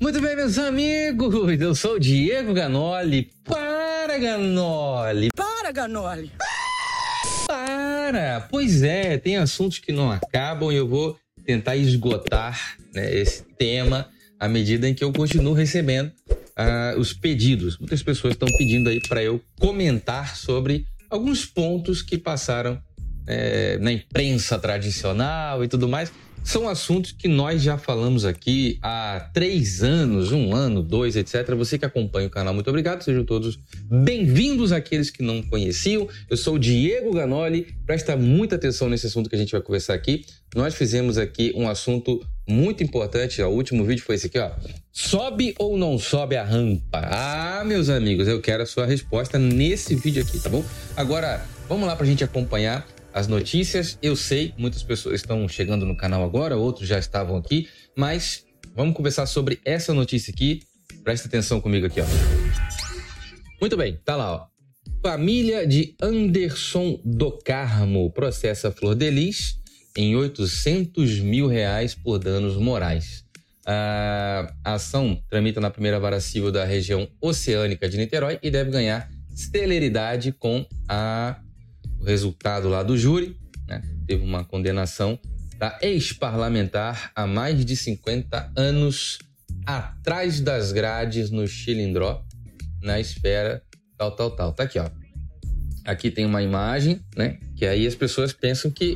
Muito bem, meus amigos, eu sou o Diego Ganoli. Para, Ganoli! Para, Ganoli! Para! Pois é, tem assuntos que não acabam e eu vou tentar esgotar, né, esse tema à medida em que eu continuo recebendo os pedidos. Muitas pessoas estão pedindo aí para eu comentar sobre alguns pontos que passaram na imprensa tradicional e tudo mais. São assuntos que nós já falamos aqui há 3 anos, 1 ano, 2, etc. Você que acompanha o canal, muito obrigado. Sejam todos bem-vindos àqueles que não conheciam. Eu sou o Diego Ganoli. Presta muita atenção nesse assunto que a gente vai conversar aqui. Nós fizemos aqui um assunto muito importante. O último vídeo foi esse aqui, ó. Sobe ou não sobe a rampa? Ah, meus amigos, eu quero a sua resposta nesse vídeo aqui, tá bom? Agora, vamos lá pra gente acompanhar as notícias. Eu sei, muitas pessoas estão chegando no canal agora, outros já estavam aqui, mas vamos conversar sobre essa notícia aqui. Presta atenção comigo aqui, ó. Muito bem, tá lá, ó. Família de Anderson do Carmo processa Flor de Lis em R$800 mil por danos morais. A ação tramita na primeira vara civil da região oceânica de Niterói e deve ganhar celeridade com o resultado lá do júri, né? Teve uma condenação da ex-parlamentar há mais de 50 anos atrás das grades no Chilindró, na esfera tal. Tá aqui, ó. Aqui tem uma imagem, né? Que aí as pessoas pensam que...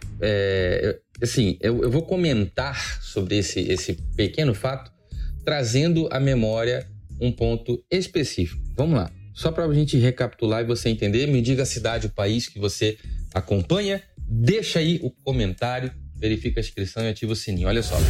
eu vou comentar sobre esse pequeno fato, trazendo à memória um ponto específico. Vamos lá. Só para a gente recapitular e você entender, me diga a cidade, o país que você acompanha, deixa aí o comentário, verifica a inscrição e ativa o sininho. Olha só.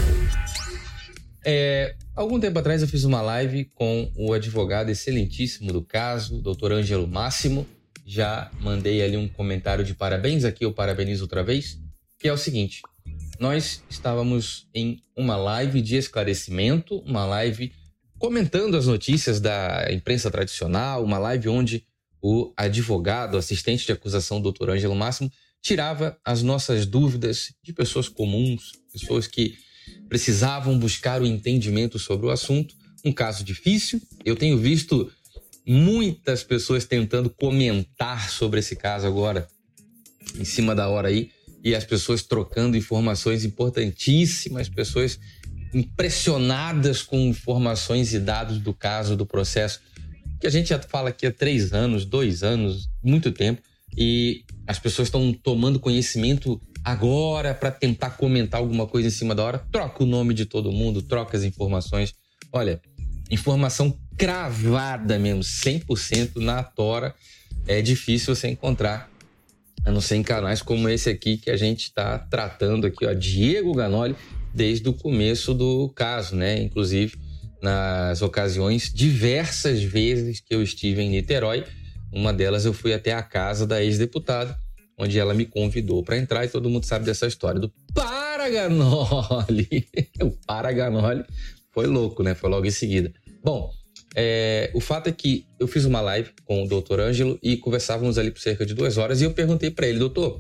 Algum tempo atrás eu fiz uma live com o advogado excelentíssimo do caso, Dr. Ângelo Máximo. Já mandei ali um comentário de parabéns, aqui eu parabenizo outra vez, que é o seguinte: nós estávamos em uma live de esclarecimento, uma live comentando as notícias da imprensa tradicional, uma live onde o advogado, assistente de acusação, Dr. Ângelo Máximo, tirava as nossas dúvidas de pessoas comuns, pessoas que precisavam buscar o entendimento sobre o assunto. Um caso difícil. Eu tenho visto muitas pessoas tentando comentar sobre esse caso agora, em cima da hora aí, e as pessoas trocando informações importantíssimas, pessoas impressionadas com informações e dados do caso, do processo, que a gente já fala aqui há 3 anos, 2 anos, muito tempo, e as pessoas estão tomando conhecimento agora para tentar comentar alguma coisa em cima da hora. Troca o nome de todo mundo, troca as informações. Olha, informação cravada mesmo, 100% na tora, é difícil você encontrar, a não ser em canais como esse aqui que a gente está tratando aqui, ó, Diego Ganoli, desde o começo do caso, né? Inclusive, nas ocasiões, diversas vezes que eu estive em Niterói, uma delas eu fui até a casa da ex-deputada, onde ela me convidou para entrar, e todo mundo sabe dessa história do Paraganoli. O Paraganoli foi louco, né? Foi logo em seguida. Bom, o fato é que eu fiz uma live com o Dr. Ângelo e conversávamos ali por cerca de 2 horas, e eu perguntei para ele: doutor,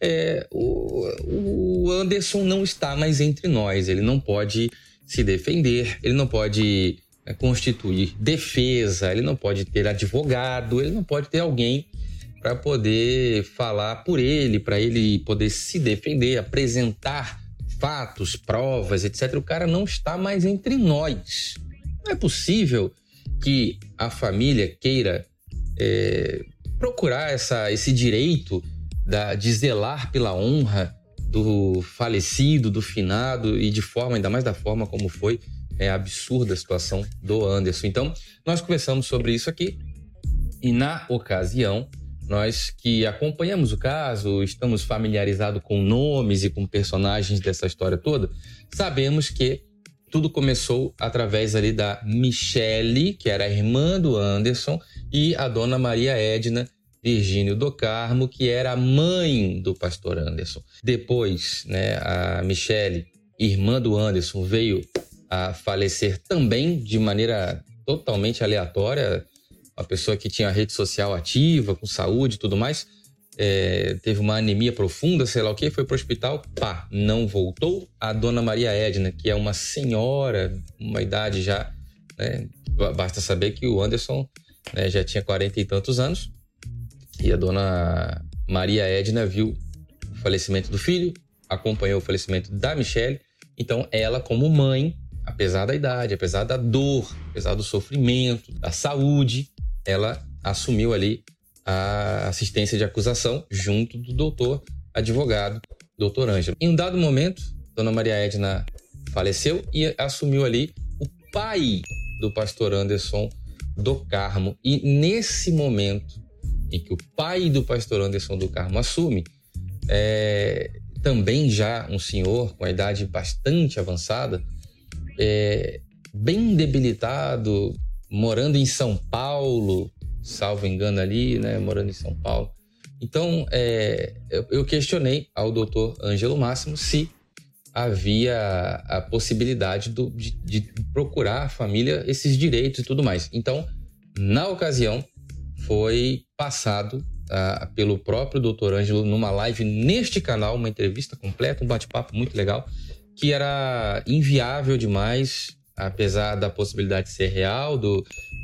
o Anderson não está mais entre nós, ele não pode se defender, ele não pode constituir defesa, ele não pode ter advogado, ele não pode ter alguém para poder falar por ele, para ele poder se defender, apresentar fatos, provas, etc. O cara não está mais entre nós. Não é possível que a família queira procurar esse direito de zelar pela honra do falecido, do finado, e de forma, ainda mais da forma como foi absurda a situação do Anderson. Então, nós conversamos sobre isso aqui, e na ocasião, nós que acompanhamos o caso, estamos familiarizados com nomes e com personagens dessa história toda, sabemos que tudo começou através ali da Michele, que era a irmã do Anderson, e a dona Maria Edna Virgínio do Carmo, que era a mãe do pastor Anderson. Depois, né, a Michele, irmã do Anderson, veio a falecer também de maneira totalmente aleatória. Uma pessoa que tinha rede social ativa, com saúde e tudo mais. teve uma anemia profunda, sei lá o que, foi pro hospital, não voltou. A dona Maria Edna, que é uma senhora, uma idade já, né? Basta saber que o Anderson, né, já tinha 40 e tantos anos, e a dona Maria Edna viu o falecimento do filho, acompanhou o falecimento da Michele. Então ela, como mãe, apesar da idade, apesar da dor, apesar do sofrimento, da saúde, ela assumiu ali a assistência de acusação junto do doutor advogado, doutor Ângelo. Em um dado momento, dona Maria Edna faleceu e assumiu ali o pai do pastor Anderson do Carmo. E nesse momento em que o pai do pastor Anderson do Carmo assume, também já um senhor com a idade bastante avançada, bem debilitado, morando em São Paulo, salvo engano ali, né, morando em São Paulo. Então, eu questionei ao doutor Ângelo Máximo se havia a possibilidade de procurar à família esses direitos e tudo mais. Então, na ocasião, foi passado pelo próprio doutor Ângelo numa live neste canal, uma entrevista completa, um bate-papo muito legal, que era inviável demais, apesar da possibilidade de ser real, do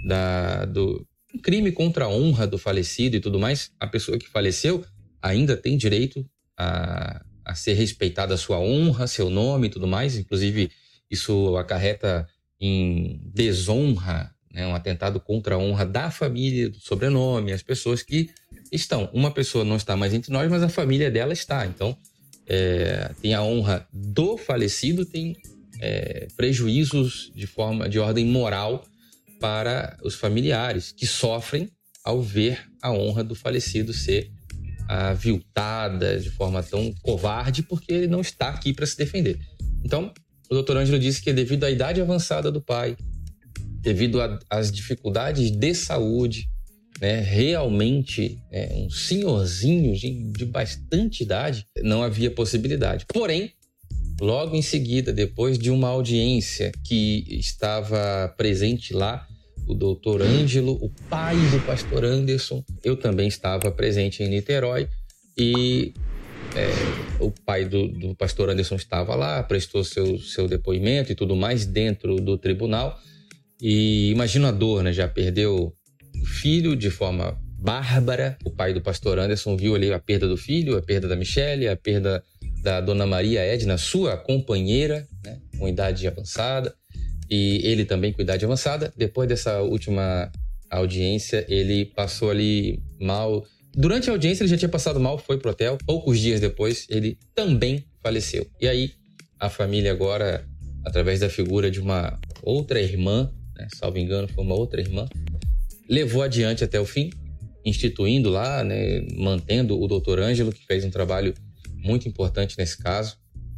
crime contra a honra do falecido e tudo mais. A pessoa que faleceu ainda tem direito a ser respeitada a sua honra, seu nome e tudo mais. Inclusive, isso acarreta em desonra, né, um atentado contra a honra da família, do sobrenome, as pessoas que estão. Uma pessoa não está mais entre nós, mas a família dela está. Então, tem a honra do falecido, tem prejuízos de ordem moral para os familiares que sofrem ao ver a honra do falecido ser aviltada de forma tão covarde, porque ele não está aqui para se defender. Então, o doutor Ângelo disse que devido à idade avançada do pai, devido às dificuldades de saúde, né, realmente um senhorzinho de bastante idade, não havia possibilidade. Porém, logo em seguida, depois de uma audiência que estava presente lá, o doutor Ângelo, o pai do pastor Anderson, eu também estava presente em Niterói, e o pai do pastor Anderson estava lá, prestou seu depoimento e tudo mais dentro do tribunal. E imagina a dor, né? Já perdeu o filho de forma bárbara. O pai do pastor Anderson viu ali a perda do filho, a perda da Michele, a perda da dona Maria Edna, sua companheira, né, com idade avançada, e ele também com idade avançada. Depois dessa última audiência, ele passou ali mal. Durante a audiência ele já tinha passado mal, foi pro hotel. Poucos dias depois ele também faleceu. E aí a família agora, através da figura de uma outra irmã, né, salvo engano foi uma outra irmã, levou adiante até o fim, instituindo lá, né, mantendo o doutor Ângelo, que fez um trabalho muito importante nesse caso.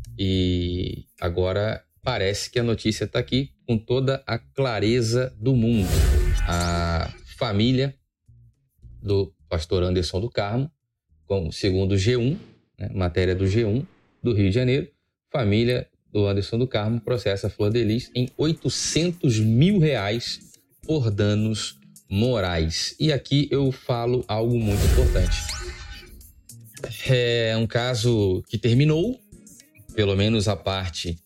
E agora parece que a notícia está aqui com toda a clareza do mundo. A família do pastor Anderson do Carmo, segundo o G1, né, matéria do G1 do Rio de Janeiro, família do Anderson do Carmo processa a Flor de Lis em R$800 mil por danos morais. E aqui eu falo algo muito importante. É um caso que terminou, pelo menos a parte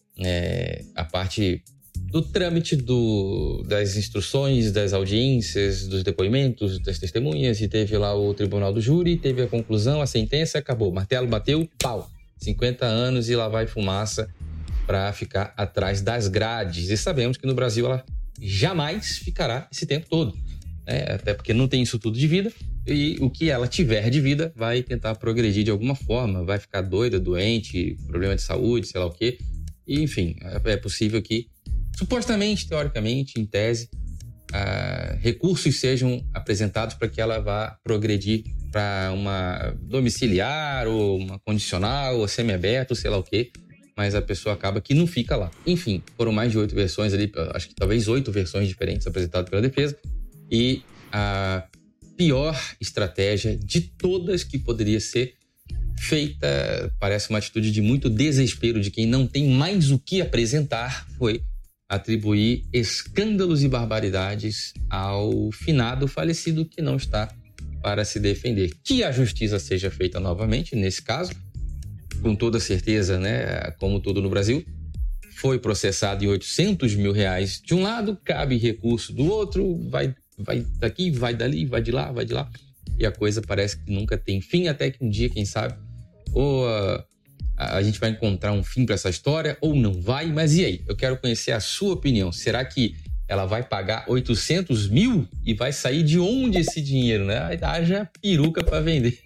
do trâmite das instruções, das audiências, dos depoimentos, das testemunhas, e teve lá o tribunal do júri, teve a conclusão, a sentença, acabou. Martelo bateu, pau. 50 anos e lá vai fumaça para ficar atrás das grades. E sabemos que no Brasil ela jamais ficará esse tempo todo, né? Até porque não tem isso tudo de vida, e o que ela tiver de vida vai tentar progredir de alguma forma, vai ficar doida, doente, problema de saúde, sei lá o quê. E, enfim, é possível que, supostamente, teoricamente, em tese, recursos sejam apresentados para que ela vá progredir para uma domiciliar, ou uma condicional, ou semi-aberto, sei lá o quê, mas a pessoa acaba que não fica lá. Enfim, foram mais de 8 versões ali, acho que talvez 8 versões diferentes apresentadas pela defesa, e a pior estratégia de todas que poderia ser feita, parece uma atitude de muito desespero de quem não tem mais o que apresentar, foi atribuir escândalos e barbaridades ao finado falecido que não está para se defender. Que a justiça seja feita novamente, nesse caso, com toda certeza, né, como tudo no Brasil, foi processado em R$800 mil de um lado, cabe recurso do outro, vai daqui, vai dali, vai de lá, e a coisa parece que nunca tem fim, até que um dia, quem sabe, ou a gente vai encontrar um fim para essa história, ou não vai. Mas e aí? Eu quero conhecer a sua opinião. Será que ela vai pagar 800 mil e vai sair de onde esse dinheiro, né? Haja peruca para vender.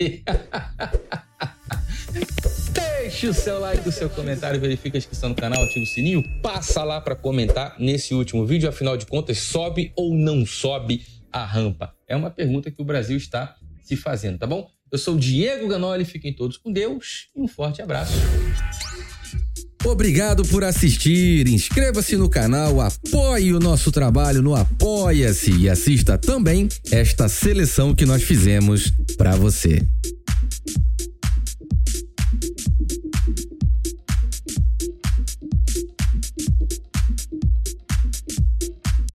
Deixe o seu like, o seu comentário, verifica a inscrição no canal, ativa o sininho, passa lá para comentar nesse último vídeo. Afinal de contas, sobe ou não sobe a rampa? É uma pergunta que o Brasil está se fazendo, tá bom? Eu sou o Diego Ganoli, fiquem todos com Deus e um forte abraço. Obrigado por assistir, inscreva-se no canal, apoie o nosso trabalho no Apoia-se e assista também esta seleção que nós fizemos para você.